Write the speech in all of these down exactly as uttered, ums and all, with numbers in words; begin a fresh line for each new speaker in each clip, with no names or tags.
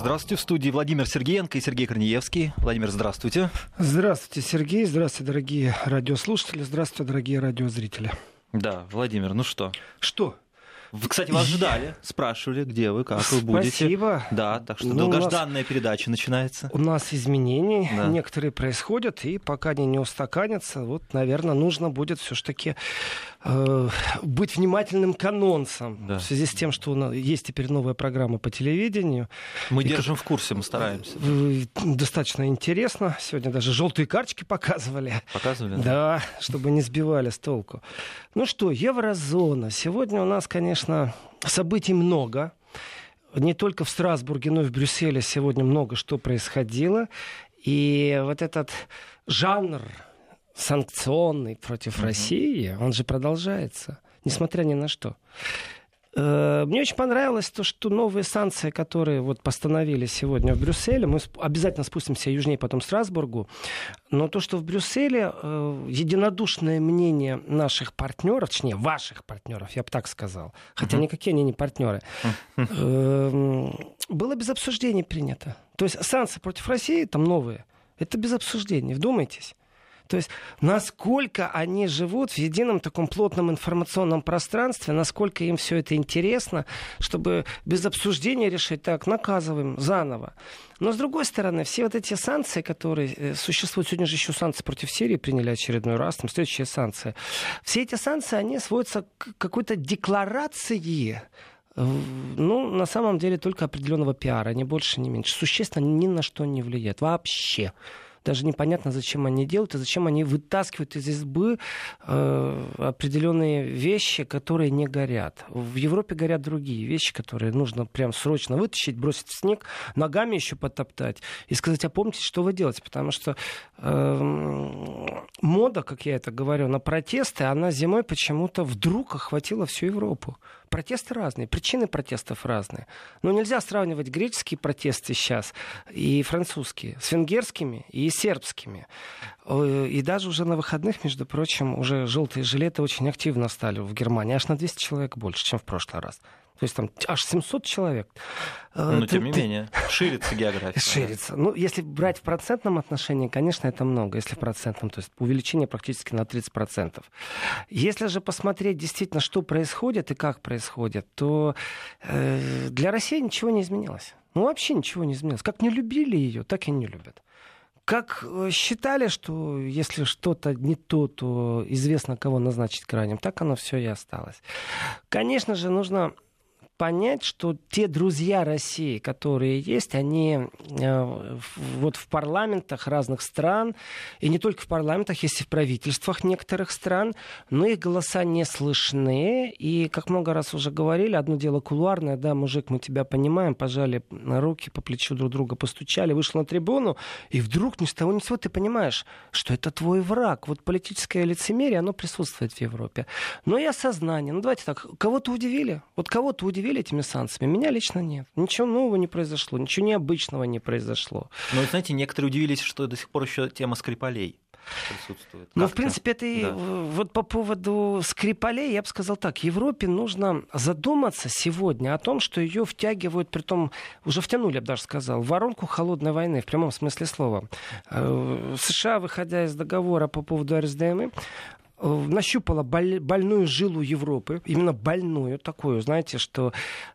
Здравствуйте, в студии Владимир Сергеенко и Сергей Корнеевский. Владимир, здравствуйте.
Здравствуйте, Сергей. Здравствуйте, дорогие радиослушатели. Здравствуйте, дорогие радиозрители.
Да, Владимир, ну что?
Что?
Вы, кстати, вас ждали, спрашивали, где вы, как вы будете.
Спасибо.
Да, так что
ну,
долгожданная
нас,
передача начинается.
У нас изменения
да.
некоторые происходят, и пока они не устаканятся, вот, наверное, нужно будет все-таки э, быть внимательным к анонсам. Да. В связи с тем, что у нас есть теперь новая программа по телевидению.
Мы
и
держим
как...
в курсе, мы стараемся.
Достаточно интересно. Сегодня даже желтые карточки показывали.
Показывали? Да,
да, чтобы не сбивали с толку. Ну что, еврозона. Сегодня у нас, конечно, событий много. Не только в Страсбурге, но и в Брюсселе сегодня много что происходило. И вот этот жанр санкционный против mm-hmm. России, он же продолжается, несмотря ни на что. Мне очень понравилось то, что новые санкции, которые вот постановили сегодня в Брюсселе, мы обязательно спустимся южнее, потом в Страсбургу, но то, что в Брюсселе единодушное мнение наших партнеров, точнее, ваших партнеров, я бы так сказал, хотя uh-huh. никакие они не партнеры, uh-huh. было без обсуждения принято. То есть санкции против России, там новые, это без обсуждения, вдумайтесь. То есть насколько они живут в едином таком плотном информационном пространстве, насколько им все это интересно, чтобы без обсуждения решить, так, наказываем заново. Но, с другой стороны, все вот эти санкции, которые существуют, сегодня же еще санкции против Сирии приняли очередной раз, там следующие санкции, все эти санкции, они сводятся к какой-то декларации, ну, на самом деле, только определенного пиара, ни больше, ни меньше. Существенно ни на что не влияет вообще. Даже непонятно, зачем они делают и зачем они вытаскивают из избы э, определенные вещи, которые не горят. В Европе горят другие вещи, которые нужно прям срочно вытащить, бросить в снег, ногами еще потоптать и сказать, а помните, что вы делаете? Потому что э, мода, как я это говорю, на протесты, она зимой почему-то вдруг охватила всю Европу. Протесты разные, причины протестов разные. Но нельзя сравнивать греческие протесты сейчас и французские с венгерскими и сербскими. И даже уже на выходных, между прочим, уже желтые жилеты очень активно стали в Германии. Аж на двести человек больше, чем в прошлый раз. То есть там аж семьсот человек.
Но,
ты,
тем не
ты...
менее, ширится география.
Ширится. Ну, если брать в процентном отношении, конечно, это много. Если в процентном, то есть увеличение практически на тридцать процентов. Если же посмотреть действительно, что происходит и как происходит, то э, для России ничего не изменилось. Ну, вообще ничего не изменилось. Как не любили ее, так и не любят. Как считали, что если что-то не то, то известно, кого назначить крайним, так оно все и осталось. Конечно же, нужно понять, что те друзья России, которые есть, они э, вот в парламентах разных стран, и не только в парламентах, есть и в правительствах некоторых стран, но их голоса не слышны, и, как много раз уже говорили, одно дело кулуарное, да, мужик, мы тебя понимаем, пожали руки, по плечу друг друга постучали, вышел на трибуну, и вдруг ни с того ни с сего ты понимаешь, что это твой враг. Вот политическое лицемерие, оно присутствует в Европе. Но и осознание. Ну, давайте так, кого-то удивили, вот кого-то удивили этими санкциями. Меня лично нет. Ничего нового не произошло, ничего необычного не произошло.
Но, знаете, некоторые удивились, что до сих пор еще тема Скрипалей присутствует.
Ну, в принципе, это и, да. Вот по поводу Скрипалей, я бы сказал так, Европе нужно задуматься сегодня о том, что ее втягивают, притом уже втянули, я бы даже сказал, в воронку холодной войны, в прямом смысле слова. США, выходя из договора по поводу эр эс дэ эм и, нащупала боль, больную жилу Европы, именно больную такую, знаете, что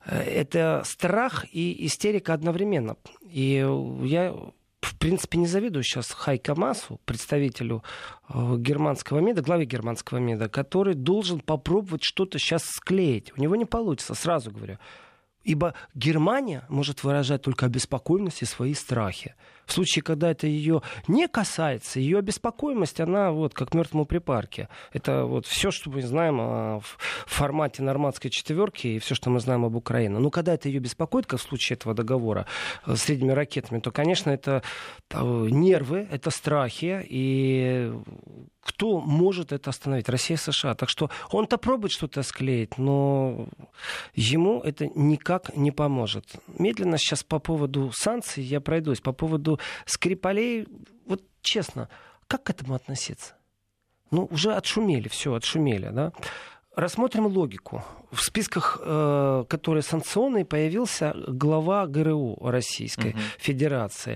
это страх и истерика одновременно. И я, в принципе, не завидую сейчас Хайко Маасу, представителю германского МИДа, главе германского МИДа, который должен попробовать что-то сейчас склеить. У него не получится, сразу говорю. Ибо Германия может выражать только обеспокоенность и свои страхи. В случае, когда это ее не касается, ее обеспокоенность, она вот как мертвому припарке. Это вот все, что мы знаем в формате нормандской четверки и все, что мы знаем об Украине. Но когда это ее беспокоит, как в случае этого договора с средними ракетами, то, конечно, это нервы, это страхи, и кто может это остановить? Россия и США. Так что он-то пробует что-то склеить, но ему это никак не поможет. Медленно сейчас по поводу санкций я пройдусь. По поводу Скрипалей, вот честно, как к этому относиться? Ну, уже отшумели, все, отшумели, да? Рассмотрим логику. В списках, э, которые санкционные, появился глава ГРУ Российской угу. Федерации.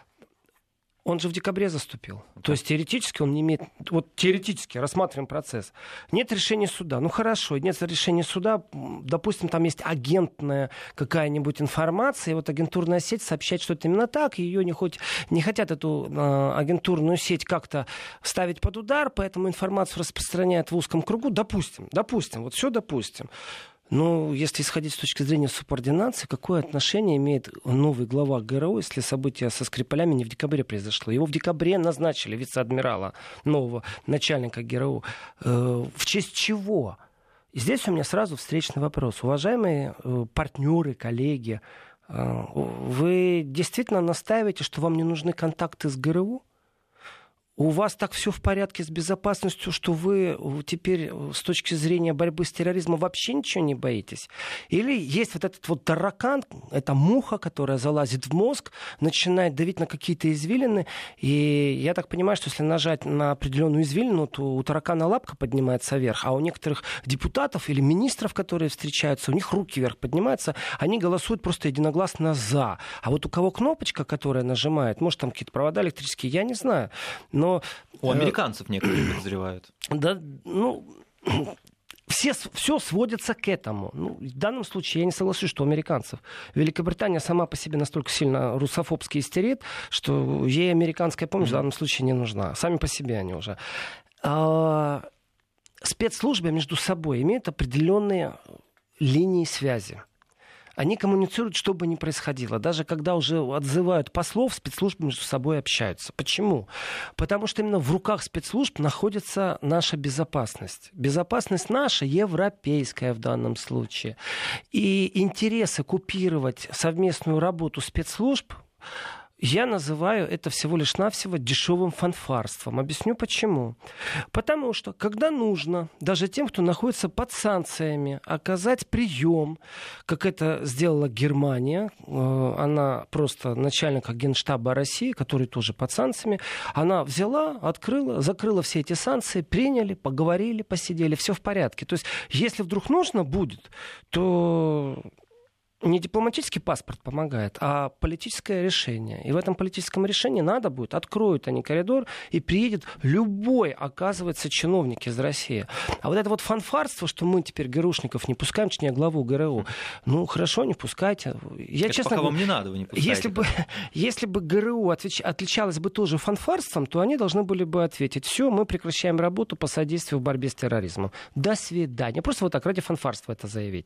Он же в декабре заступил. Да. То есть теоретически он не имеет... Вот теоретически рассматриваем процесс. Нет решения суда. Ну хорошо, нет решения суда. Допустим, там есть агентная какая-нибудь информация, и вот агентурная сеть сообщает, что это именно так, и ее не, хоть, не хотят эту э, агентурную сеть как-то ставить под удар, поэтому информацию распространяют в узком кругу. Допустим, допустим, вот все допустим. Ну, если исходить с точки зрения субординации, какое отношение имеет новый глава ГРУ, если событие со Скрипалями не в декабре произошло? Его в декабре назначили вице-адмирала, нового начальника ГРУ. Э, в честь чего? И здесь у меня сразу встречный вопрос. Уважаемые э, партнеры, коллеги, э, вы действительно настаиваете, что вам не нужны контакты с ГРУ? У вас так все в порядке с безопасностью, что вы теперь с точки зрения борьбы с терроризмом вообще ничего не боитесь? Или есть вот этот вот таракан, эта муха, которая залазит в мозг, начинает давить на какие-то извилины, и я так понимаю, что если нажать на определенную извилину, то у таракана лапка поднимается вверх, а у некоторых депутатов или министров, которые встречаются, у них руки вверх поднимаются, они голосуют просто единогласно «за». А вот у кого кнопочка, которая нажимает, может, там какие-то провода электрические, я не знаю, но
у американцев некоторые подозревают.
Да, ну, все, все сводится к этому. Ну, в данном случае я не соглашусь, что у американцев. Великобритания сама по себе настолько сильно русофобски истерит, что ей американская помощь mm-hmm. в данном случае не нужна. Сами по себе они уже. А, спецслужбы между собой имеют определенные линии связи. Они коммуницируют, что бы ни происходило. Даже когда уже отзывают послов, спецслужбы между собой общаются. Почему? Потому что именно в руках спецслужб находится наша безопасность. Безопасность наша, европейская в данном случае. И интересы купировать совместную работу спецслужб, я называю это всего лишь навсего дешевым фанфарством. Объясню почему. Потому что, когда нужно даже тем, кто находится под санкциями, оказать прием, как это сделала Германия, она просто начальник Генштаба России, который тоже под санкциями, она взяла, открыла, закрыла все эти санкции, приняли, поговорили, посидели, все в порядке. То есть, если вдруг нужно будет, то... не дипломатический паспорт помогает, а политическое решение. И в этом политическом решении надо будет, откроют они коридор, и приедет любой, оказывается, чиновник из России. А вот это вот фанфарство, что мы теперь ГРУшников не пускаем, точнее, главу ГРУ, ну, хорошо, не пускайте. Я,
это
честно,
пока вам не надо, вы не пускаете.
Если бы, если бы ГРУ отвеч... отличалось бы тоже фанфарством, то они должны были бы ответить: все, мы прекращаем работу по содействию в борьбе с терроризмом. До свидания. Просто вот так ради фанфарства это заявить.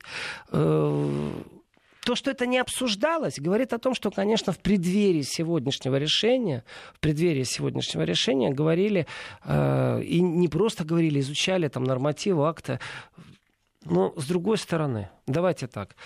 То, что это не обсуждалось, говорит о том, что, конечно, в преддверии сегодняшнего решения, в преддверии сегодняшнего решения говорили, э, и не просто говорили, изучали там нормативы, акты. Но, с другой стороны, давайте так.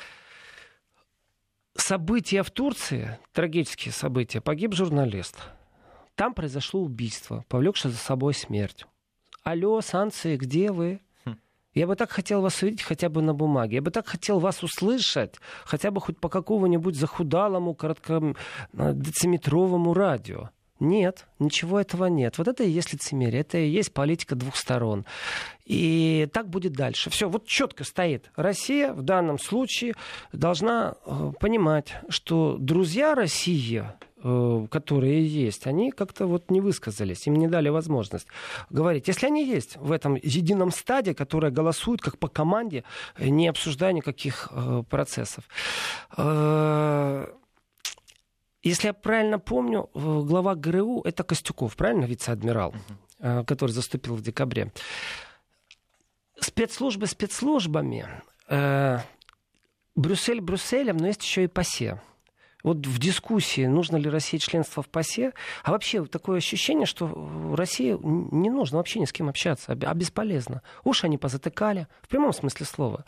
События в Турции, трагические события, погиб журналист. Там произошло убийство, повлекшее за собой смерть. Алло, санкции, где вы? Я бы так хотел вас увидеть хотя бы на бумаге. Я бы так хотел вас услышать хотя бы хоть по какому-нибудь захудалому, короткодециметровому радио. Нет, ничего этого нет. Вот это и есть лицемерие, это и есть политика двух сторон. И так будет дальше. Все, вот четко стоит. Россия в данном случае должна э, понимать, что друзья России, э, которые есть, они как-то вот не высказались, им не дали возможность говорить. Если они есть в этом едином стаде, которое голосует как по команде, не обсуждая никаких э, процессов. Э, Если я правильно помню, глава ГРУ — это Костюков, правильно, вице-адмирал, uh-huh. который заступил в декабре. Спецслужбы спецслужбами. Брюссель Брюсселем, но есть еще и ПАСЕ. Вот в дискуссии, нужно ли России членство в ПАСЕ, а вообще такое ощущение, что России не нужно вообще ни с кем общаться, а бесполезно. Уши они позатыкали, в прямом смысле слова.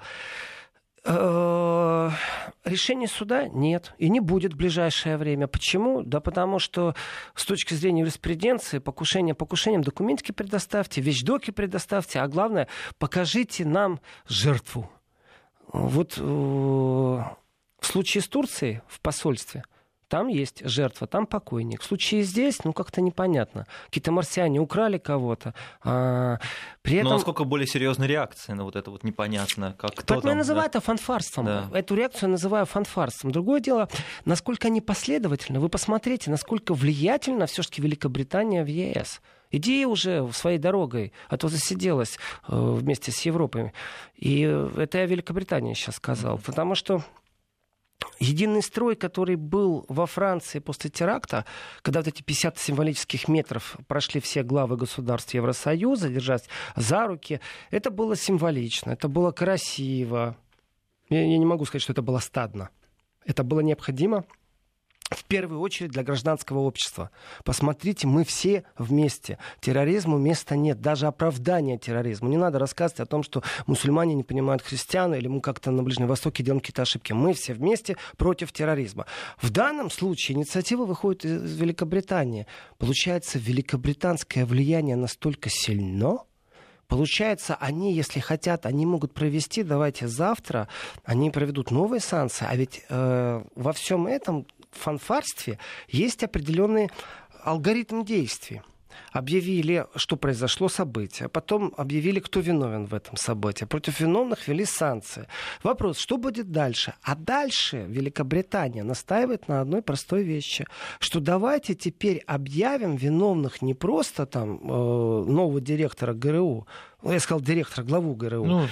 Решения суда нет и не будет в ближайшее время. Почему? Да потому что с точки зрения юриспруденции покушение покушением, документики предоставьте, вещдоки предоставьте, а главное, покажите нам жертву. Вот в случае с Турцией в посольстве Там есть жертва, там покойник. В случае здесь, ну, как-то непонятно. Какие-то марсиане украли кого-то. А, при этом...
Но насколько более серьезная реакция на вот это вот непонятно, как кто
Поэтому
там,
я называю
да?
это фанфарством.
Да.
Эту реакцию я называю фанфарством. Другое дело, насколько они последовательны. Вы посмотрите, насколько влиятельна все-таки Великобритания в ЕС. Иди уже своей дорогой, а то засиделась э, вместе с Европой. И это я Великобритании сейчас сказал. Потому что единый строй, который был во Франции после теракта, когда вот эти пятьдесят символических метров прошли все главы государств Евросоюза, держась за руки, это было символично, это было красиво. Я, я не могу сказать, что это было стадно. Это было необходимо в первую очередь для гражданского общества. Посмотрите, мы все вместе. Терроризму места нет. Даже оправдания терроризму. Не надо рассказывать о том, что мусульмане не понимают христиан, или мы как-то на Ближнем Востоке делаем какие-то ошибки. Мы все вместе против терроризма. В данном случае инициатива выходит из Великобритании. Получается, великобританское влияние настолько сильно. Получается, они, если хотят, они могут провести, давайте завтра, они проведут новые санкции. А ведь э, во всем этом фанфарстве есть определенный алгоритм действий. Объявили, что произошло событие, потом объявили, кто виновен в этом событии. Против виновных ввели санкции. Вопрос, что будет дальше? А дальше Великобритания настаивает на одной простой вещи, что давайте теперь объявим виновных не просто там э, нового директора ГРУ, я сказал директора, главу ГРУ, ну,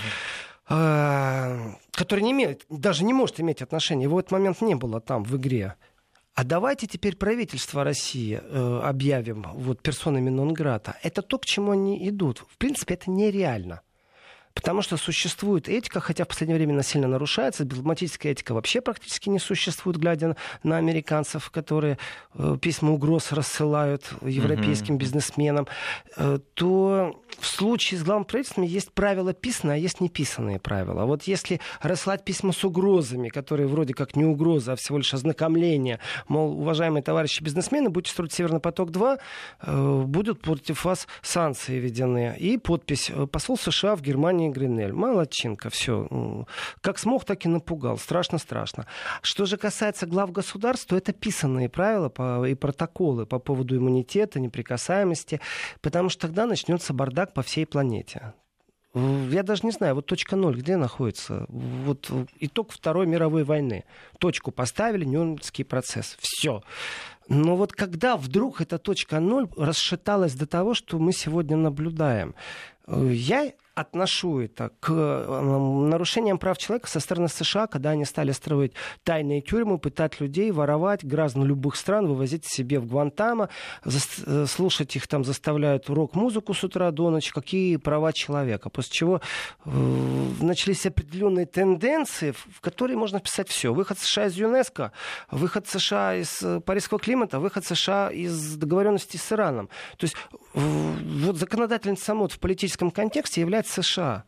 э, который не имеет, даже не может иметь отношения, его в этот момент не было там в игре. А давайте теперь правительство России э, объявим вот, персонами нон-грата. Это то, к чему они идут. В принципе, это нереально. Потому что существует этика, хотя в последнее время она сильно нарушается. Дипломатическая этика вообще практически не существует, глядя на американцев, которые э, письма угроз рассылают европейским mm-hmm. бизнесменам. Э, то в случае с главным правительством есть правила писанные, а есть неписанные правила. Вот если рассылать письма с угрозами, которые вроде как не угроза, а всего лишь ознакомление, мол, уважаемые товарищи бизнесмены, будете строить Северный поток-два, э, будут против вас санкции введены. И подпись «Посол США в Германии Гринель». Молодчинка, все. Как смог, так и напугал. Страшно-страшно. Что же касается глав государств, то это писанные правила по, и протоколы по поводу иммунитета, неприкасаемости, потому что тогда начнется бардак по всей планете. Я даже не знаю, вот точка ноль где находится? Вот итог Второй мировой войны. Точку поставили, Нюрнбергский процесс. Все. Но вот когда вдруг эта точка ноль расшаталась до того, что мы сегодня наблюдаем, я отношу это к нарушениям прав человека со стороны США, когда они стали строить тайные тюрьмы, пытать людей, воровать граждан любых стран, вывозить себе в Гуантанамо, слушать их там заставляют рок-музыку с утра до ночи, какие права человека. После чего э, начались определенные тенденции, в которые можно вписать все. Выход США из ЮНЕСКО, выход США из Парижского климата, выход США из договоренности с Ираном. То есть э, вот законодательница МОД в политическом контексте является США.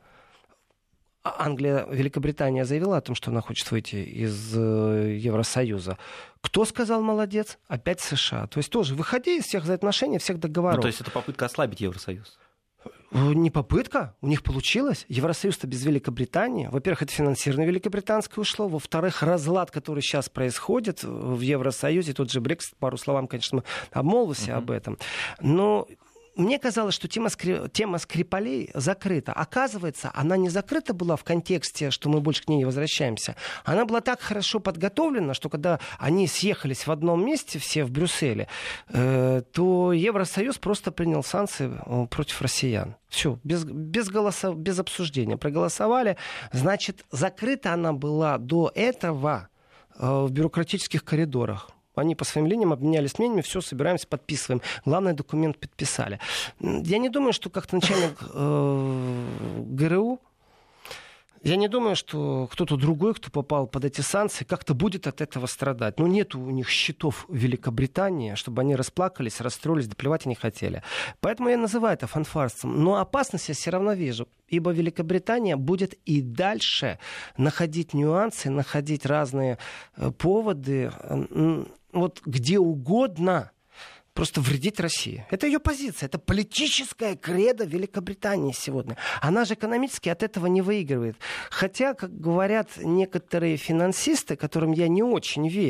Англия, Великобритания заявила о том, что она хочет выйти из э, Евросоюза. Кто сказал молодец? Опять США. То есть тоже выходи из всех отношений, всех договоров.
Ну, то есть это попытка ослабить Евросоюз?
Не попытка, у них получилось. Евросоюз-то без Великобритании. Во-первых, это финансирование великобританское ушло. Во-вторых, разлад, который сейчас происходит в Евросоюзе, тот же Брексит, пару словам, конечно, мы обмолвимся uh-huh. об этом. Но мне казалось, что тема, скри... тема Скрипалей закрыта. Оказывается, она не закрыта была в контексте, что мы больше к ней не возвращаемся. Она была так хорошо подготовлена, что когда они съехались в одном месте, все в Брюсселе, э, то Евросоюз просто принял санкции против россиян. Все, без, без, голосов... без обсуждения. Проголосовали. Значит, закрыта она была до этого э, в бюрократических коридорах. Они по своим линиям обменялись мнениями, все, собираемся, подписываем. Главный документ подписали. Я не думаю, что как-то начальник э, ГРУ, я не думаю, что кто-то другой, кто попал под эти санкции, как-то будет от этого страдать. Но нет у них счетов в Великобритании, чтобы они расплакались, расстроились, да плевать они хотели. Поэтому я называю это фанфарством. Но опасность я все равно вижу. Ибо Великобритания будет и дальше находить нюансы, находить разные поводы, вот где угодно, просто вредить России. Это ее позиция, это политическая кредо Великобритании сегодня. Она же экономически от этого не выигрывает. Хотя, как говорят некоторые финансисты, которым я не очень верю,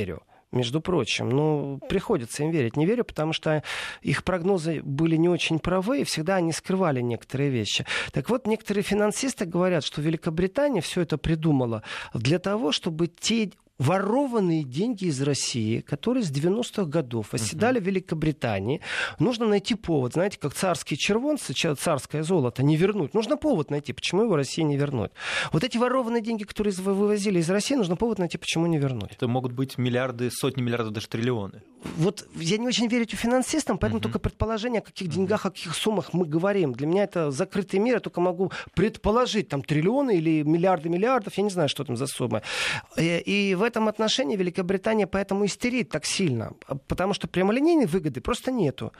между прочим. Ну, приходится им верить. Не верю, потому что их прогнозы были не очень правы, и всегда они скрывали некоторые вещи. Так вот, некоторые финансисты говорят, что Великобритания все это придумала для того, чтобы те ворованные деньги из России, которые с девяностых годов оседали uh-huh. в Великобритании. Нужно найти повод. Знаете, как царские червонцы, царское золото не вернуть. Нужно повод найти, почему его России не вернуть. Вот эти ворованные деньги, которые вывозили из России, нужно повод найти, почему не вернуть.
Это могут быть миллиарды, сотни миллиардов, даже триллионы.
Вот я не очень верю этим финансистам, поэтому uh-huh. только предположение, о каких uh-huh. деньгах, о каких суммах мы говорим. Для меня это закрытый мир, я только могу предположить, там триллионы или миллиарды миллиардов, я не знаю, что там за суммы. И, и в В этом отношении Великобритания поэтому истерит так сильно, потому что прямолинейной выгоды просто нету.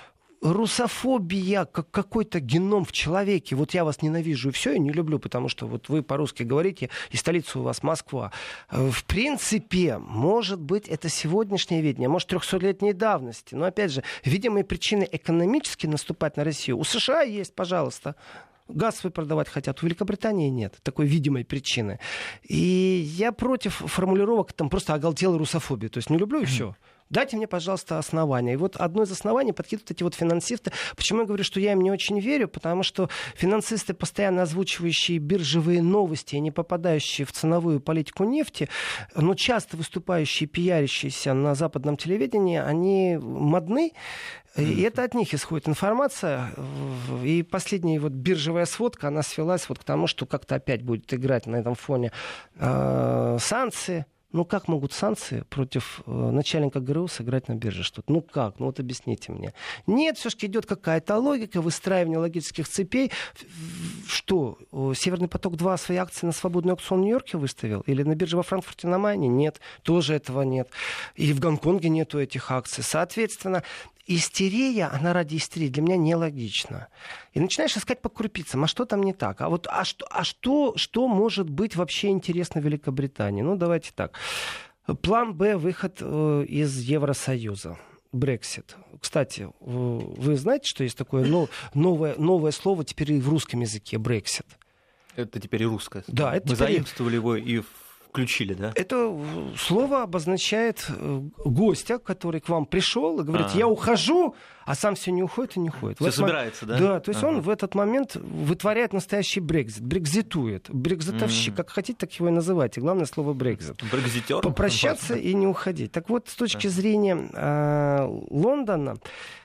Русофобия, как какой-то геном в человеке. Вот я вас ненавижу и все, и не люблю, потому что вот вы по-русски говорите, и столица у вас Москва. В принципе, может быть, это сегодняшнее видение, может, трехсотлетней давности. Но, опять же, видимые причины экономически наступать на Россию у США есть, пожалуйста. Газ свой продавать хотят. У Великобритании нет такой видимой причины. И я против формулировок там просто оголтелой русофобии. То есть не люблю и все. Дайте мне, пожалуйста, основания. И вот одно из оснований подкидывают эти вот финансисты. Почему я говорю, что я им не очень верю? Потому что финансисты, постоянно озвучивающие биржевые новости и не попадающие в ценовую политику нефти, но часто выступающие, пиарящиеся на западном телевидении, они модны. И это от них исходит информация. И последняя вот биржевая сводка, она свелась вот к тому, что как-то опять будет играть на этом фоне э, санкции. Ну как могут санкции против э, начальника ГРУ сыграть на бирже что-то? Ну как? Ну вот объясните мне. Нет, все-таки идет какая-то логика, выстраивание логических цепей. Что, Северный поток-два свои акции на свободный аукцион в Нью-Йорке выставил? Или на бирже во Франкфурте на Майне? Нет, тоже этого нет. И в Гонконге нету этих акций. Соответственно, истерия, она ради истерии, для меня нелогична. И начинаешь искать по крупицам, а что там не так? А, вот, а, что, а что, что может быть вообще интересно Великобритании? Ну, давайте так. План Б — выход э, из Евросоюза. Брексит. Кстати, вы знаете, что есть такое ну, новое, новое слово теперь и в русском языке — Брексит?
Это теперь и русское.
Да, это
Мы
теперь...
заимствовали его и включили, да?
Это слово обозначает гостя, который к вам пришел и говорит: А-а-а. я ухожу, а сам все не уходит и не уходит.
Все собирается,
момент...
да?
Да, то есть ага. он в этот момент вытворяет настоящий брекзит, брекзитует, брекзитовщик, mm-hmm. как хотите, так его и называйте. Главное слово брекзит.
Брекзитер.
Попрощаться и не уходить. Так вот, с точки зрения э, Лондона,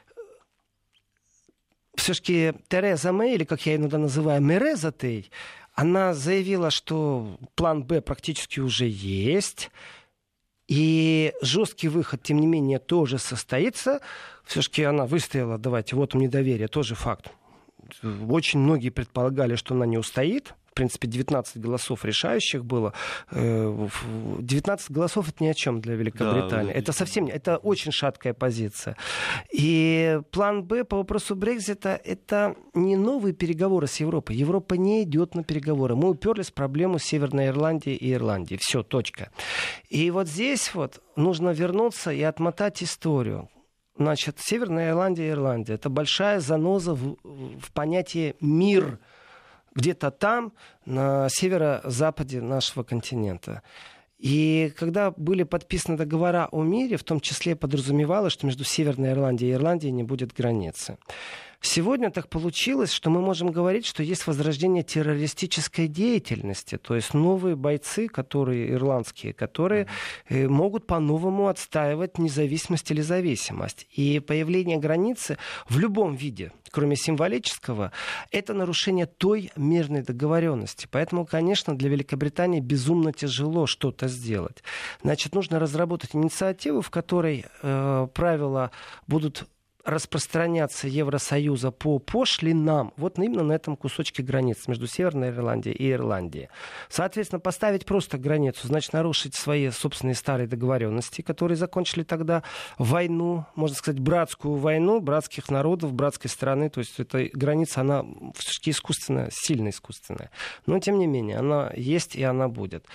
все-таки Тереза Мэй, или как я иногда называю, Мереза Тей, она заявила, что план Б практически уже есть, и жесткий выход, тем не менее, тоже состоится. Все-таки она выстояла, давайте, вот он недоверие, тоже факт. Очень многие предполагали, что она не устоит. В принципе, девятнадцать голосов решающих было. девятнадцать голосов — это ни о чем для Великобритании. Да, это совсем не... Это очень шаткая позиция. И план Б по вопросу Брексита — это не новые переговоры с Европой. Европа не идет на переговоры. Мы уперлись в проблему Северной Ирландии и Ирландии. Все, точка. И вот здесь вот нужно вернуться и отмотать историю. Значит, Северная Ирландия и Ирландия — это большая заноза в, в понятие «мир», где-то там, на северо-западе нашего континента. И когда были подписаны договора о мире, в том числе подразумевалось, что между Северной Ирландией и Ирландией не будет границы. Сегодня так получилось, что мы можем говорить, что есть возрождение террористической деятельности, то есть новые бойцы, которые ирландские, которые mm-hmm. могут по-новому отстаивать независимость или зависимость. И появление границы в любом виде, кроме символического, это нарушение той мирной договоренности. Поэтому, конечно, для Великобритании безумно тяжело что-то сделать. Значит, нужно разработать инициативу, в которой э, правила будут распространяться Евросоюза по пошлинам вот именно на этом кусочке границы между Северной Ирландией и Ирландией. Соответственно, поставить просто границу, значит нарушить свои собственные старые договоренности, которые закончили тогда войну, можно сказать, братскую войну братских народов, братской страны. То есть эта граница, она все-таки искусственная, сильно искусственная. Но, тем не менее, она есть и она будет.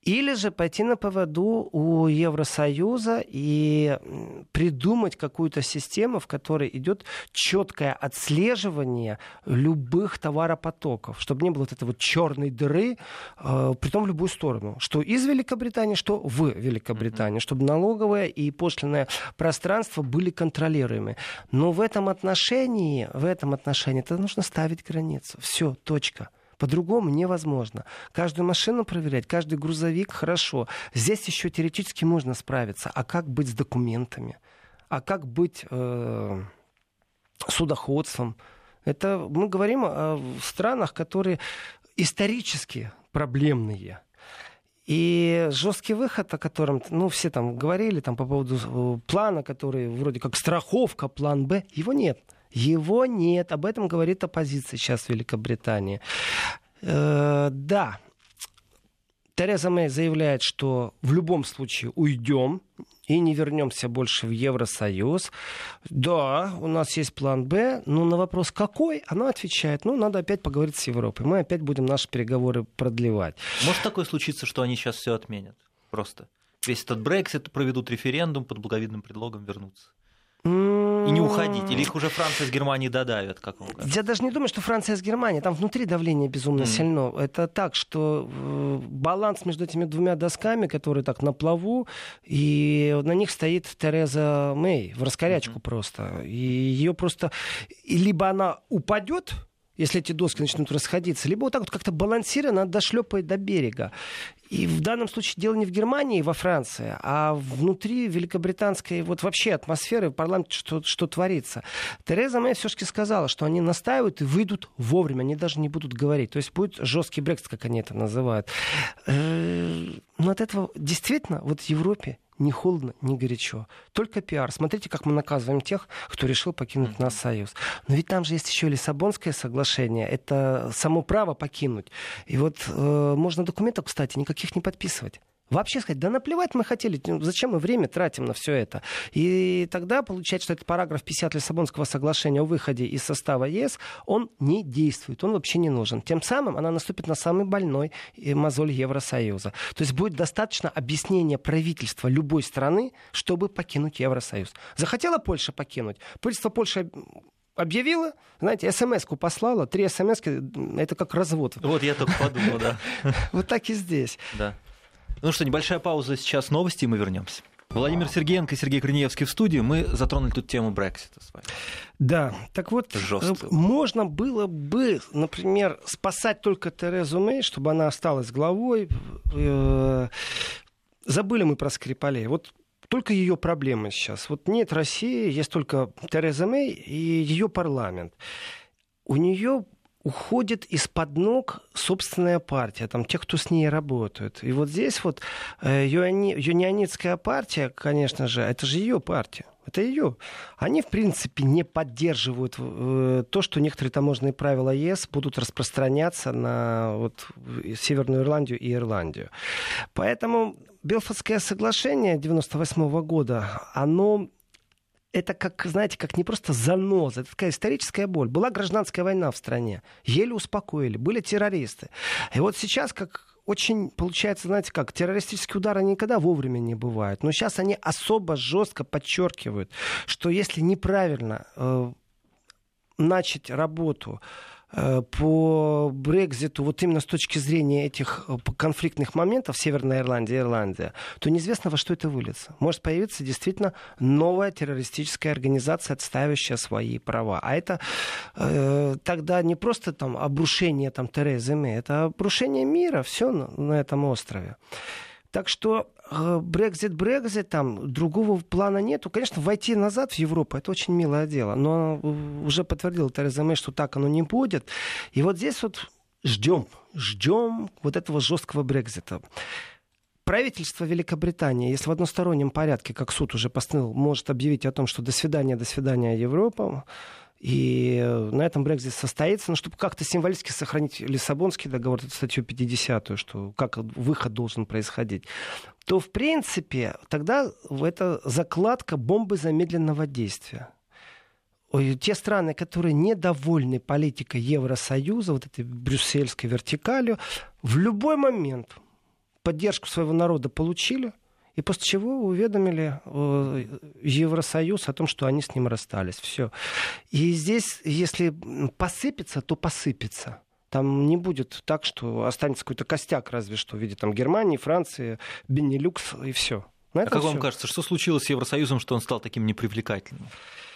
Или же пойти на поводу у Евросоюза и придумать какую-то систему, в которой идет четкое отслеживание любых товаропотоков, чтобы не было вот этой вот черной дыры, э, притом в любую сторону, что из Великобритании, что в Великобритании, mm-hmm. чтобы налоговое и пошлинное пространство были контролируемы. Но в этом отношении, в этом отношении это нужно ставить границу. Все, точка. По-другому невозможно. Каждую машину проверять, каждый грузовик — хорошо. Здесь еще теоретически можно справиться. А как быть с документами? А как быть э, судоходством? Это мы говорим о странах, которые исторически проблемные. И жесткий выход, о котором, ну, все там говорили там, по поводу плана, который вроде как страховка, план Б, его нет. Его нет. Об этом говорит оппозиция сейчас в Великобритании. Э, да, Тереза Мэй заявляет, что в любом случае уйдем и не вернемся больше в Евросоюз. Да, у нас есть план Б, но на вопрос какой, она отвечает, ну, надо опять поговорить с Европой. Мы опять будем наши переговоры продлевать.
Может такое случиться, что они сейчас все отменят? Просто весь этот Брексит, проведут референдум, под благовидным предлогом вернуться. И не уходить? Или их уже Франция с Германией додавят? Как вам кажется?
Я даже не думаю, что Франция с Германией. Там внутри давление безумно mm-hmm. сильно. Это так, что э, баланс между этими двумя досками, которые так на плаву, и на них стоит Тереза Мэй в раскорячку mm-hmm. просто. И ее просто... И либо она упадет, если эти доски начнут расходиться, либо вот так вот как-то балансируя, она дошлепает до берега. И в данном случае дело не в Германии и во Франции, а внутри великобританской вот вообще атмосферы в парламенте, что, что творится. Тереза Мэй все-таки сказала, что они настаивают и выйдут вовремя, они даже не будут говорить. То есть будет жесткий Брексит, как они это называют. Но от этого действительно вот в Европе ни холодно, ни горячо. Только пиар. Смотрите, как мы наказываем тех, кто решил покинуть mm-hmm. наш союз. Но ведь там же есть еще Лиссабонское соглашение. Это само право покинуть. И вот э, можно документов, кстати, никаких не подписывать. Вообще сказать, да наплевать мы хотели, зачем мы время тратим на все это? И тогда получается, что этот параграф пятьдесят Лиссабонского соглашения о выходе из состава ЕС, он не действует, он вообще не нужен. Тем самым она наступит на самый больной мозоль Евросоюза. То есть будет достаточно объяснения правительства любой страны, чтобы покинуть Евросоюз. Захотела Польша покинуть? Правительство Польши объявила, знаете, смс-ку послала, три смс-ки, это как развод.
Вот я только подумал, да.
Вот так и здесь.
Да. Ну что, небольшая пауза, сейчас новости, и мы вернемся. Владимир Сергеенко и Сергей Корнеевский в студии. Мы затронули тут тему Брексита с вами.
Да, так вот,
жестко.
Можно было бы, например, спасать только Терезу Мэй, чтобы она осталась главой. Забыли мы про Скрипалей. Вот только ее проблемы сейчас. Вот нет России, есть только Тереза Мэй и ее парламент. У нее уходит из-под ног собственная партия, там, те, кто с ней работают. И вот здесь вот э, юани, юнионистская партия, конечно же, это же ее партия. Это ее. Они, в принципе, не поддерживают э, то, что некоторые таможенные правила ЕС будут распространяться на вот, Северную Ирландию и Ирландию. Поэтому Белфастское соглашение девяносто восьмого года, оно... Это, как, знаете, как не просто заноза, это такая историческая боль. Была гражданская война в стране, еле успокоили, были террористы. И вот сейчас, как очень, получается, знаете, как террористические удары никогда вовремя не бывают. Но сейчас они особо жестко подчеркивают, что если неправильно э, начать работу по Брекситу, вот именно с точки зрения этих конфликтных моментов, Северная Ирландия и Ирландия, то неизвестно, во что это выльется. Может появиться действительно новая террористическая организация, отстаивающая свои права. А это э, тогда не просто там обрушение там, Терезы Мэй, это обрушение мира, все на, на этом острове. Так что Брексит, Брексит, там другого плана нету. Конечно, войти назад в Европу — это очень милое дело. Но уже подтвердила Тереза Мэй, что так оно не будет. И вот здесь вот ждем, ждем вот этого жесткого Брексита. Правительство Великобритании, если в одностороннем порядке, как суд уже постановил, может объявить о том, что до свидания, до свидания, Европа, и на этом Брексит состоится, но чтобы как-то символически сохранить Лиссабонский договор, эту статью пятидесятую, что как выход должен происходить, то, в принципе, тогда это закладка бомбы замедленного действия. Ой, те страны, которые недовольны политикой Евросоюза, вот этой брюссельской вертикалью, в любой момент поддержку своего народа получили, и после чего уведомили э, Евросоюз о том, что они с ним расстались. Все. И здесь, если посыпется, то посыпется. Там не будет так, что останется какой-то костяк, разве что в виде там, Германии, Франции, Бенилюкс и все.
А как всё. Вам кажется, что случилось с Евросоюзом, что он стал таким непривлекательным?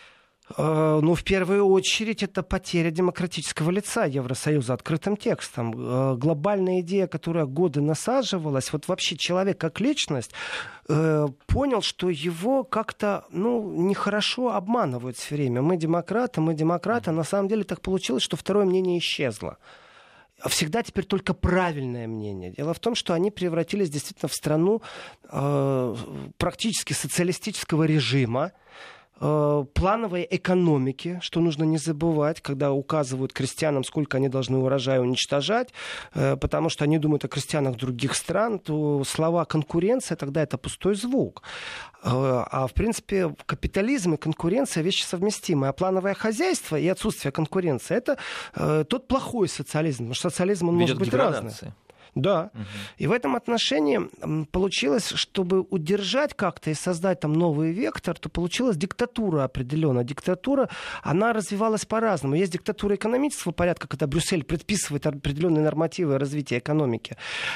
Ну, в первую очередь, это потеря демократического лица Евросоюза открытым текстом. Глобальная идея, которая годы насаживалась, вот вообще человек как личность понял, что его как-то, ну, нехорошо обманывают все время. Мы демократы, мы демократы. А на самом деле так получилось, что второе мнение исчезло. Всегда теперь только правильное мнение. Дело в том, что они превратились действительно в страну э, практически социалистического режима, плановой экономики, что нужно не забывать, когда указывают крестьянам, сколько они должны урожая уничтожать, потому что они думают о крестьянах других стран, то слова «конкуренция» тогда это пустой звук. А в принципе капитализм и конкуренция — вещи совместимые. А плановое хозяйство и отсутствие конкуренции — это тот плохой социализм. Потому что социализм он может быть разный. Да. Угу. И в этом отношении получилось, чтобы удержать как-то и создать там новый вектор, то получилась диктатура определенная. Диктатура, она развивалась по-разному. Есть диктатура экономического порядка, когда Брюссель предписывает определенные нормативы развития экономики.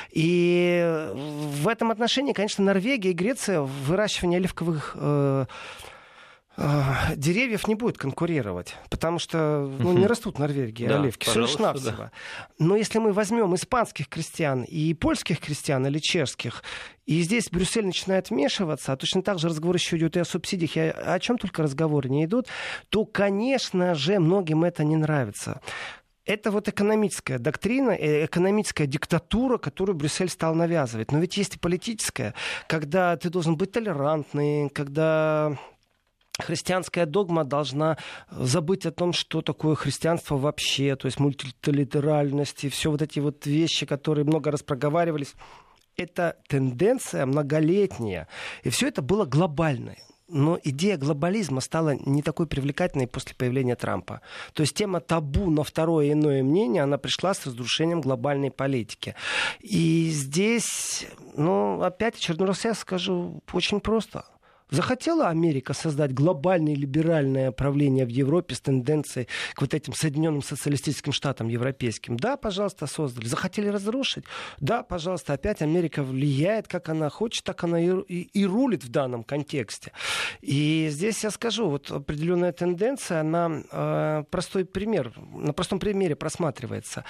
И в этом отношении, конечно, Норвегия и Греция в выращивании оливковых э, деревьев не будет конкурировать, потому что ну, не растут в Норвегии да, оливки, все лишь навсего. Да. Но если мы возьмем испанских крестьян и польских крестьян или чешских, и здесь Брюссель начинает вмешиваться, а точно так же разговор еще идет и о субсидиях, и о, о чем только разговоры не идут, то, конечно же, многим это не нравится. Это вот экономическая доктрина, экономическая диктатура, которую Брюссель стал навязывать. Но ведь есть и политическая, когда ты должен быть толерантный, когда христианская догма должна забыть о том, что такое христианство вообще, то есть мультилитеральность и все вот эти вот вещи, которые много раз проговаривались. Это тенденция многолетняя, и все это было глобальное. Но идея глобализма стала не такой привлекательной после появления Трампа. То есть тема табу на второе иное мнение, она пришла с разрушением глобальной политики. И здесь, ну, опять очередной раз я скажу очень просто. Захотела Америка создать глобальное либеральное правление в Европе с тенденцией к вот этим Соединенным Социалистическим Штатам европейским? Да, пожалуйста, создали. Захотели разрушить? Да, пожалуйста, опять Америка влияет, как она хочет, так она и, и, и рулит в данном контексте. И здесь я скажу, вот определенная тенденция, она э, простой пример, на простом примере просматривается.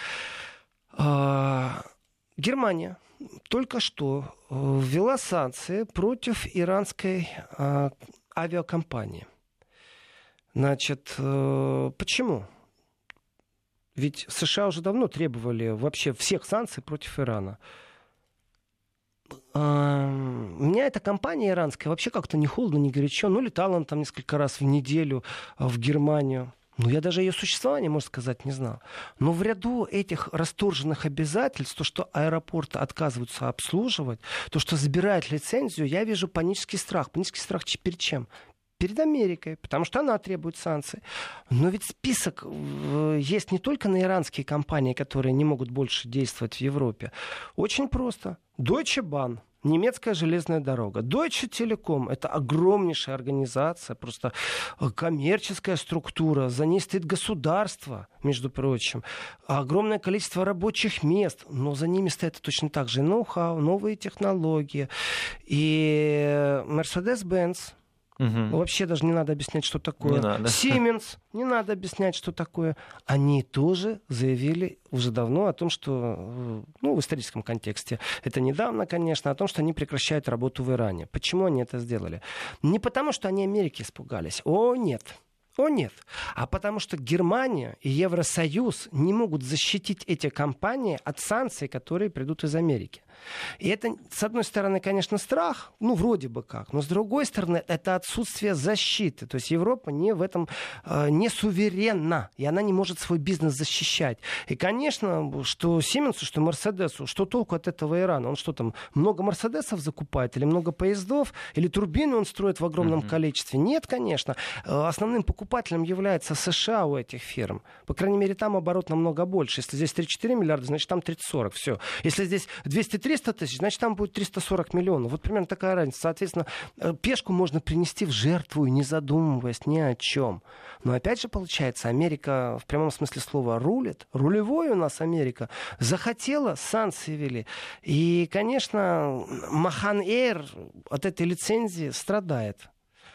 Э, Германия только что ввела санкции против иранской э, авиакомпании. Значит, э, почему? Ведь США уже давно требовали вообще всех санкций против Ирана. Э, меня эта компания иранская вообще как-то не холодно, не горячо. Ну, летала она там несколько раз в неделю в Германию. Ну, я даже ее существование, можно сказать, не знал. Но в ряду этих расторженных обязательств, то, что аэропорты отказываются обслуживать, то, что забирают лицензию, я вижу панический страх. Панический страх перед чем? Перед Америкой, потому что она требует санкций. Но ведь список есть не только на иранские компании, которые не могут больше действовать в Европе. Очень просто. Deutsche Bahn. Немецкая железная дорога. Deutsche Telekom — это огромнейшая организация, просто коммерческая структура. За ней стоит государство, между прочим. Огромное количество рабочих мест. Но за ними стоят точно так же ноу-хау, новые технологии. И Mercedes-Benz. Угу. Вообще даже не надо объяснять, что такое. Siemens, не надо объяснять, что такое. Они тоже заявили уже давно о том, что, ну, в историческом контексте, это недавно, конечно, о том, что они прекращают работу в Иране. Почему они это сделали? Не потому, что они Америки испугались. О, нет. О, нет. А потому что Германия и Евросоюз не могут защитить эти компании от санкций, которые придут из Америки. И это, с одной стороны, конечно, страх, ну, вроде бы как, но с другой стороны, это отсутствие защиты. То есть Европа не в этом, э, не суверенна, и она не может свой бизнес защищать. И, конечно, что Сименсу, что Мерседесу, что толку от этого Ирана? Он что там, много Мерседесов закупает, или много поездов, или турбины он строит в огромном mm-hmm. количестве? Нет, конечно. Основным покупателем является США у этих фирм. По крайней мере, там оборот намного больше. Если здесь тридцать четыре миллиарда, значит, там тридцать сорок. Все. Если здесь двести триста тысяч, значит, там будет триста сорок миллионов. Вот примерно такая разница. Соответственно, пешку можно принести в жертву, не задумываясь ни о чем. Но опять же, получается, Америка в прямом смысле слова рулит. Рулевой у нас Америка. Захотела, санкции ввели. И, конечно, Махан Эйр от этой лицензии страдает.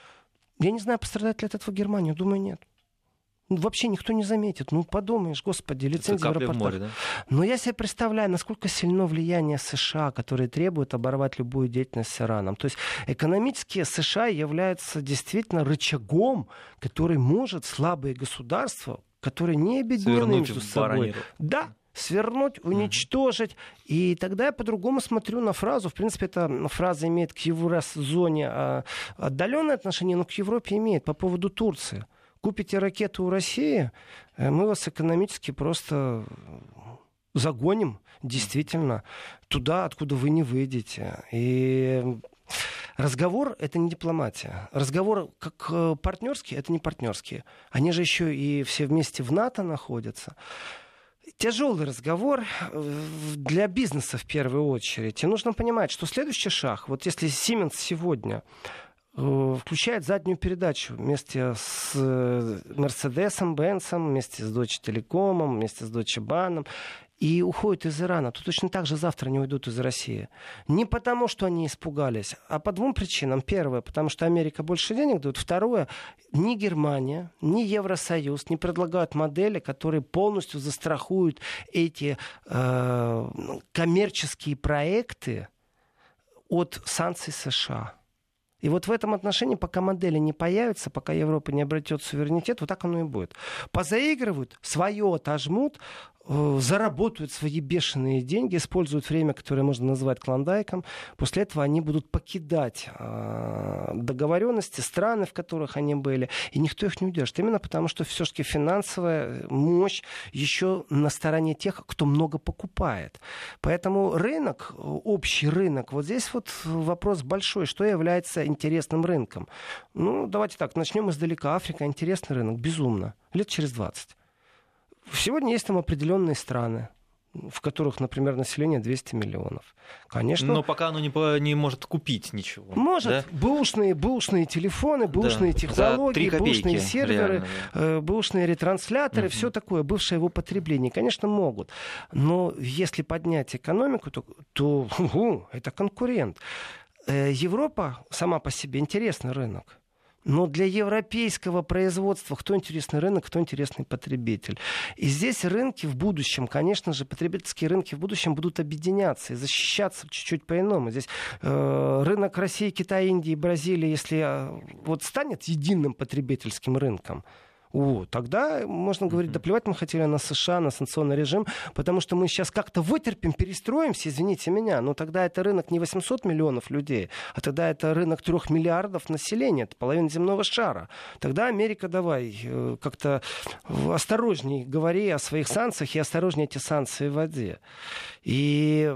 Я не знаю, пострадает ли от этого Германия. Думаю, нет. Вообще никто не заметит. Ну, подумаешь, господи, лицензия в аэропортах. Да? Но я себе представляю, насколько сильно влияние США, которые требуют оборвать любую деятельность с Ираном. То есть экономически США являются действительно рычагом, который может слабые государства, которые не объединены между собой, да, свернуть, уничтожить. Mm-hmm. И тогда я по-другому смотрю на фразу. В принципе, эта фраза имеет к еврозоне отдаленное отношение, но к Европе имеет по поводу Турции. Купите ракеты у России, мы вас экономически просто загоним, действительно, туда, откуда вы не выйдете. И разговор — это не дипломатия. Разговор как партнерский — это не партнерский. Они же еще и все вместе в НАТО находятся. Тяжелый разговор для бизнеса в первую очередь. И нужно понимать, что следующий шаг, вот если Siemens сегодня включает заднюю передачу вместе с Мерседесом, Бенцем, вместе с Deutsche Telekom, вместе с Deutsche Bahn, и уходит из Ирана, то точно так же завтра не уйдут из России. Не потому, что они испугались, а по двум причинам. Первое, потому что Америка больше денег дает. Второе, ни Германия, ни Евросоюз не предлагают модели, которые полностью застрахуют эти э, коммерческие проекты от санкций США. И вот в этом отношении, пока модели не появятся, пока Европа не обретет суверенитет, вот так оно и будет. Позаигрывают, свое отожмут, заработают свои бешеные деньги, используют время, которое можно назвать клондайком. После этого они будут покидать э, договоренности, страны, в которых они были, и никто их не удержит. Именно потому, что все-таки финансовая мощь еще на стороне тех, кто много покупает. Поэтому рынок, общий рынок, вот здесь вот вопрос большой, что является интересным рынком. Ну, давайте так, начнем издалека. Африка — интересный рынок, безумно. Лет через двадцать. Сегодня есть там определенные страны, в которых, например, население двести миллионов. Конечно.
Но пока оно не, по, не может купить ничего.
Может.
Да?
Бэушные, бэушные телефоны, бэушные да. технологии, бэушные серверы, реально, да. бэушные ретрансляторы, угу. все такое, бывшее его потребление. Конечно, могут. Но если поднять экономику, то, то угу, это конкурент. Европа сама по себе интересный рынок. Но для европейского производства кто интересный рынок, кто интересный потребитель. И здесь рынки в будущем, конечно же, потребительские рынки в будущем будут объединяться и защищаться чуть-чуть по-иному. Здесь э, рынок России, Китая, Индии, Бразилии, если э, вот станет единым потребительским рынком, о, тогда можно говорить, да плевать мы хотели на США, на санкционный режим, потому что мы сейчас как-то вытерпим, перестроимся, извините меня, но тогда это рынок не восемьсот миллионов людей, а тогда это рынок трех миллиардов населения, это половина земного шара. Тогда Америка, давай, как-то осторожней говори о своих санкциях и осторожнее эти санкции вводи. И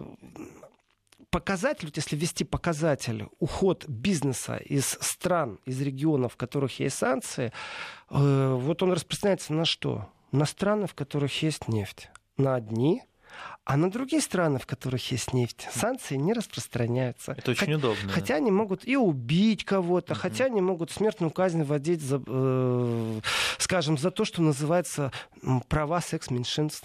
показатель, вот если ввести показатель уход бизнеса из стран, из регионов, в которых есть санкции, э, вот он распространяется на что? На страны, в которых есть нефть. На одни, а на другие страны, в которых есть нефть, санкции не распространяются.
Это очень
Хот-
удобно.
Хотя
да.
они могут и убить кого-то,
uh-huh.
хотя они могут смертную казнь вводить, за, э, скажем, за то, что называется права секс-меньшинств.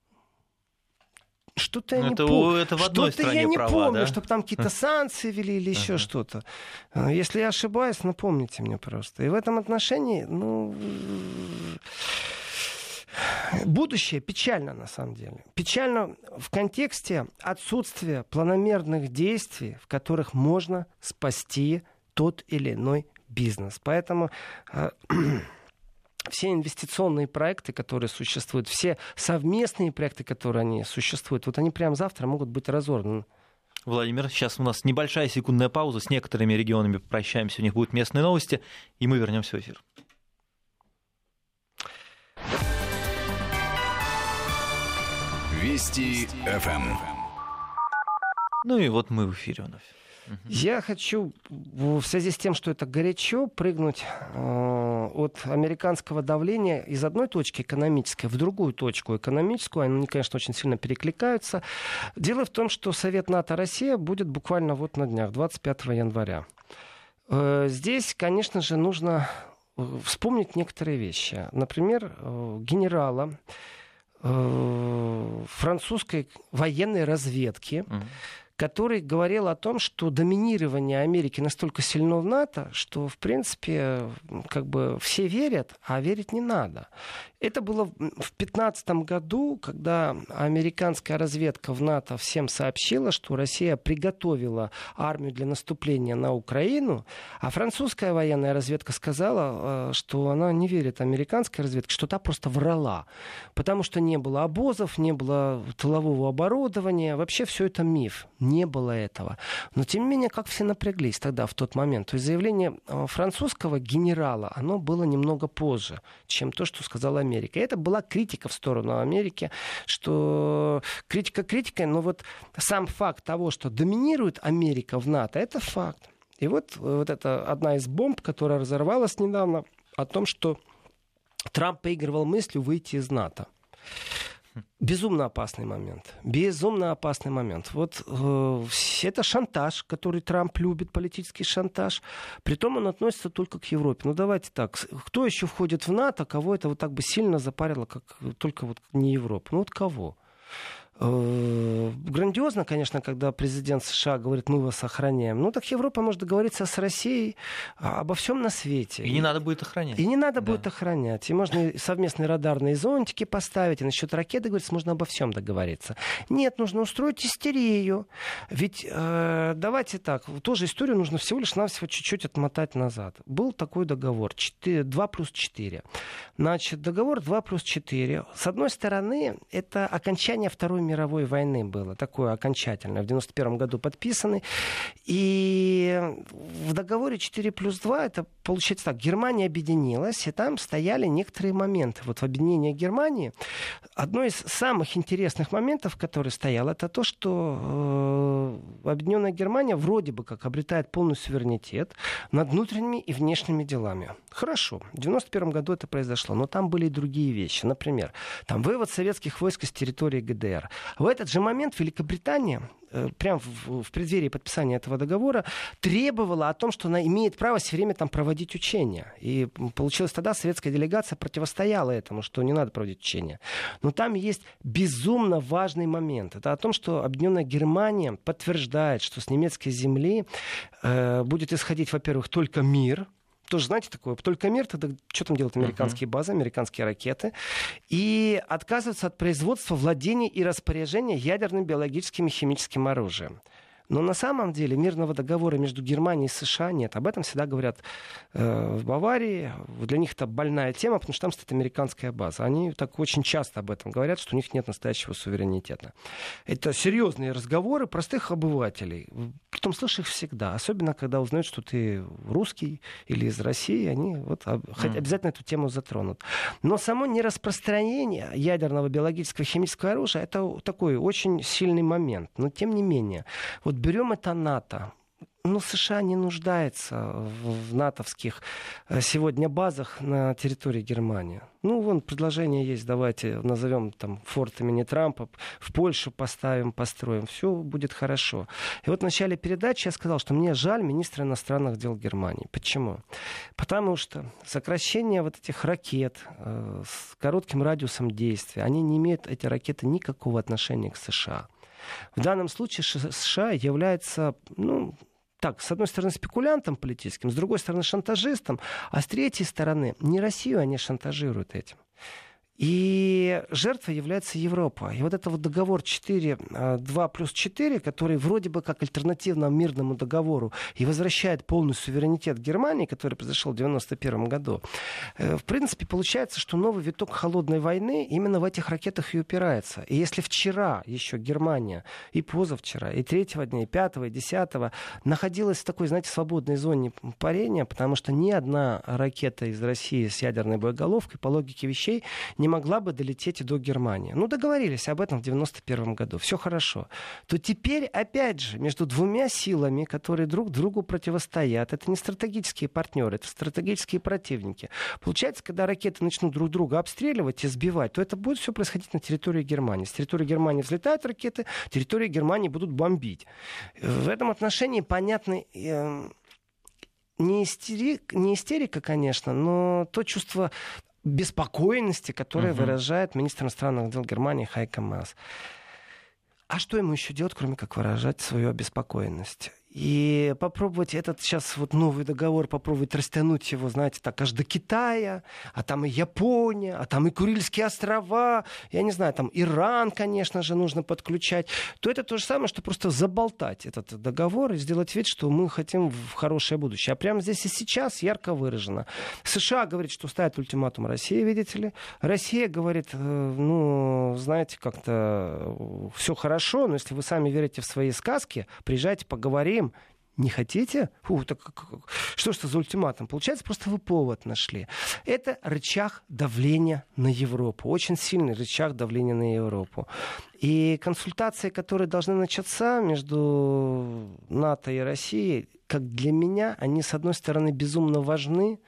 Что-то я
ну,
не
это,
помню.
это в одной
что-то
стране
я не
права,
помню,
да?
чтобы там какие-то санкции вели или еще uh-huh. что-то. Если я ошибаюсь, напомните мне просто. И в этом отношении, ну, будущее печально на самом деле. Печально в контексте отсутствия планомерных действий, в которых можно спасти тот или иной бизнес. Поэтому все инвестиционные проекты, которые существуют, все совместные проекты, которые они существуют, вот они прямо завтра могут быть разорваны.
Владимир, сейчас у нас небольшая секундная пауза. С некоторыми регионами попрощаемся. У них будут местные новости, и мы вернемся в эфир.
Вести эф эм.
Ну и вот мы в эфире вновь.
Я хочу в связи с тем, что это горячо, прыгнуть э, от американского давления из одной точки экономической в другую точку экономическую. Они, конечно, очень сильно перекликаются. Дело в том, что Совет НАТО-Россия будет буквально вот на днях, двадцать пятого января. Здесь, конечно же, нужно вспомнить некоторые вещи. Например, генерала французской военной разведки, mm-hmm. который говорил о том, что доминирование Америки настолько сильно в НАТО, что, в принципе, как бы все верят, а верить не надо. Это было в две тысячи пятнадцатом году, когда американская разведка в НАТО всем сообщила, что Россия приготовила армию для наступления на Украину, а французская военная разведка сказала, что она не верит американской разведке, что та просто врала, потому что не было обозов, не было тылового оборудования, вообще все это миф. Не было этого. Но, тем не менее, как все напряглись тогда, в тот момент. То есть заявление французского генерала, оно было немного позже, чем то, что сказала Америка. И это была критика в сторону Америки, что критика критикой, но вот сам факт того, что доминирует Америка в НАТО, это факт. И вот, вот это одна из бомб, которая разорвалась недавно, о том, что Трамп поигрывал мыслью выйти из НАТО. Безумно опасный момент. Безумно опасный момент. Вот э, это шантаж, который Трамп любит, политический шантаж. Притом он относится только к Европе. Ну давайте так. Кто еще входит в НАТО, кого это вот так бы сильно запарило, как только вот не Европа? Ну вот кого? Грандиозно, конечно, когда президент США говорит, мы вас охраняем. Ну, так Европа может договориться с Россией обо всем на свете.
И не надо будет охранять.
И не надо
да.
будет охранять. И можно совместные радарные зонтики поставить, и насчет ракет договориться, можно обо всем договориться. Нет, нужно устроить истерию. Ведь э, давайте так, тоже историю нужно всего лишь навсего чуть-чуть отмотать назад. Был такой договор два плюс четыре. Значит, договор два плюс четыре. С одной стороны, это окончание Второй мировой войны было, такое окончательное, в девяносто первом году подписаны. И в договоре четыре плюс два, это получается так, Германия объединилась, и там стояли некоторые моменты. Вот в объединении Германии одно из самых интересных моментов, который стоял, это то, что э, Объединенная Германия вроде бы как обретает полный суверенитет над внутренними и внешними делами. Хорошо, в девяносто первом году это произошло, но там были и другие вещи. Например, там вывод советских войск из территории ГДР. В этот же момент Великобритания, прямо в, в преддверии подписания этого договора, требовала о том, что она имеет право все время там проводить учения. И получилось тогда, советская делегация противостояла этому, что не надо проводить учения. Но там есть безумно важный момент. Это о том, что Объединенная Германия подтверждает, что с немецкой земли э, будет исходить, во-первых, только мир. Тоже, знаете, такое, только мир, тогда что там делают американские базы, американские ракеты, и отказываются от производства, владения и распоряжения ядерным, биологическим и химическим оружием. Но на самом деле мирного договора между Германией и США нет. Об этом всегда говорят э, в Баварии. Для них это больная тема, потому что там стоит американская база. Они так очень часто об этом говорят, что у них нет настоящего суверенитета. Это серьезные разговоры простых обывателей. Притом слышишь их всегда. Особенно, когда узнают, что ты русский или из России. Они вот, mm. обязательно эту тему затронут. Но само нераспространение ядерного, биологического, химического оружия — это такой очень сильный момент. Но тем не менее, вот берем это НАТО. Ну, США не нуждается в натовских сегодня базах на территории Германии. Ну, вон предложение есть, давайте назовем там форт имени Трампа, в Польшу поставим, построим, все будет хорошо. И вот в начале передачи я сказал, что мне жаль министра иностранных дел Германии. Почему? Потому что сокращение вот этих ракет э, с коротким радиусом действия, они не имеют, эти ракеты, никакого отношения к США. В данном случае США является, ну, так, с одной стороны, спекулянтом политическим, с другой стороны, шантажистом, а с третьей стороны, не Россию они шантажируют этим. И жертвой является Европа. И вот это вот договор четыре, два плюс четыре, который вроде бы как альтернативно мирному договору и возвращает полный суверенитет Германии, который произошел в девяносто первом году, в принципе, получается, что новый виток холодной войны именно в этих ракетах и упирается. И если вчера еще Германия и позавчера, и третьего дня, и пятого, и десятого находилась в такой, знаете, свободной зоне парения, потому что ни одна ракета из России с ядерной боеголовкой, по логике вещей, не не могла бы долететь и до Германии. Ну, договорились об этом в девяносто первом году. Все хорошо. То теперь, опять же, между двумя силами, которые друг другу противостоят, это не стратегические партнеры, это стратегические противники. Получается, когда ракеты начнут друг друга обстреливать и сбивать, то это будет все происходить на территории Германии. С территории Германии взлетают ракеты, территории Германии будут бомбить. В этом отношении понятны... Э, не, истерик, не истерика, конечно, но то чувство беспокойности, которое uh-huh. выражает министр иностранных дел Германии Хайко Маас. А что ему еще делать, кроме как выражать свою обеспокоенность? И попробовать этот сейчас вот новый договор, попробовать растянуть его, знаете, так аж до Китая, а там и Япония, а там и Курильские острова, я не знаю, там Иран, конечно же, нужно подключать, то это то же самое, что просто заболтать этот договор и сделать вид, что мы хотим в хорошее будущее. А прямо здесь и сейчас ярко выражено. США говорит, что ставит ультиматум России, видите ли. Россия говорит, ну, знаете, как-то все хорошо, но если вы сами верите в свои сказки, приезжайте, поговорим. Не хотите? Фу, так, что ж это за ультиматум? Получается, просто вы повод нашли. Это рычаг давления на Европу. Очень сильный рычаг давления на Европу. И консультации, которые должны начаться между НАТО и Россией, как для меня, они, с одной стороны, безумно важны.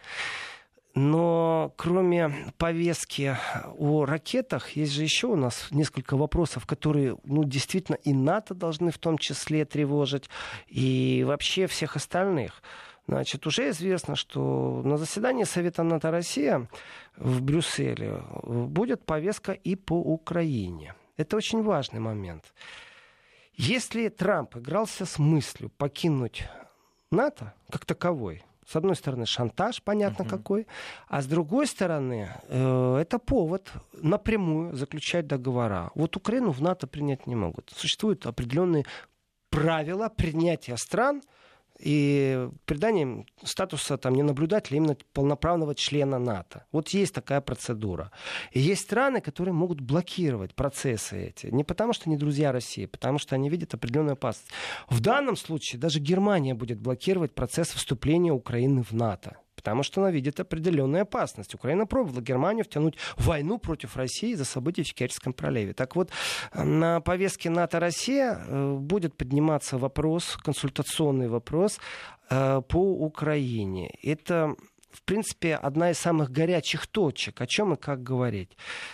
Но кроме повестки о ракетах, есть же еще у нас несколько вопросов, которые, ну, действительно и НАТО должны в том числе тревожить, и вообще всех остальных. Значит, уже известно, что на заседании Совета НАТО-Россия в Брюсселе будет повестка и по Украине. Это очень важный момент. Если Трамп игрался с мыслью покинуть НАТО как таковой, с одной стороны, шантаж, понятно uh-huh. какой, а с другой стороны, э, это повод напрямую заключать договора. Вот Украину в НАТО принять не могут. Существуют определенные правила принятия стран и приданием статуса там, не наблюдателя, именно полноправного члена НАТО. Вот есть такая процедура. И есть страны, которые могут блокировать процессы эти. Не потому, что они друзья России, потому что они видят определенную опасность. В данном случае даже Германия будет блокировать процесс вступления Украины в НАТО. Потому что она видит определенную опасность. Украина пробовала Германию втянуть в войну против России за события в Керченском проливе. Так вот, на повестке НАТО-Россия будет подниматься вопрос, консультационный вопрос по Украине. Это, в принципе, одна из самых горячих точек. О чем и как говорить.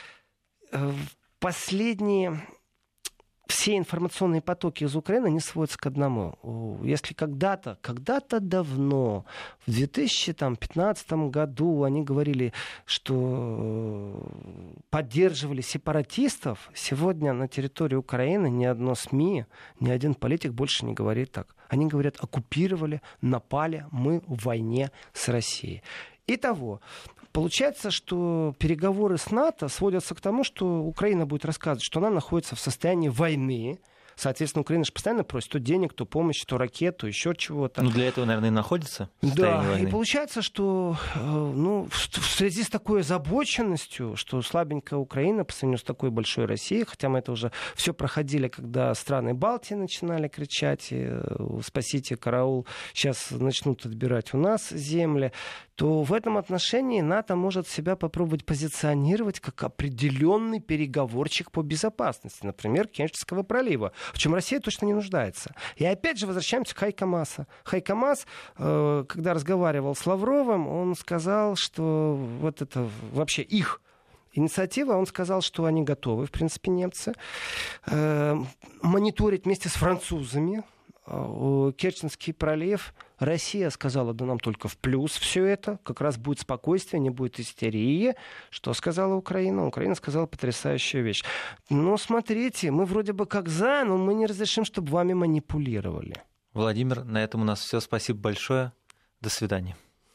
Последние... Все информационные потоки из Украины, они сводятся к одному. Если когда-то, когда-то давно, в две тысячи пятнадцатом году они говорили, что поддерживали сепаратистов, сегодня на территории Украины ни одно СМИ, ни один политик больше не говорит так. Они говорят, оккупировали, напали, мы в войне с Россией. Итого, получается, что переговоры с НАТО сводятся к тому, что Украина будет рассказывать, что она находится в состоянии войны. Соответственно, Украина же постоянно просит то денег, то помощи, то ракет, то еще чего-то.
Ну, для этого, наверное, и находится в
состоянии
да, войны.
И получается, что ну, в связи с такой озабоченностью, что слабенькая Украина по сравнению с такой большой Россией, хотя мы это уже все проходили, когда страны Балтии начинали кричать, спасите, караул, сейчас начнут отбирать у нас земли, то в этом отношении НАТО может себя попробовать позиционировать как определенный переговорщик по безопасности, например, Керченского пролива, в чем Россия точно не нуждается. И опять же возвращаемся к Хайко Маасу. Хайко Маас, э, когда разговаривал с Лавровым, он сказал, что вот это вообще их инициатива, он сказал, что они готовы, в принципе, немцы, э, мониторить вместе с французами Керченский пролив. Россия сказала, да нам только в плюс все это. Как раз будет спокойствие, не будет истерии. Что сказала Украина? Украина сказала потрясающую вещь. Ну, смотрите, мы вроде бы как за, но мы не разрешим, чтобы вами манипулировали.
Владимир, на этом у нас все. Спасибо большое. До свидания.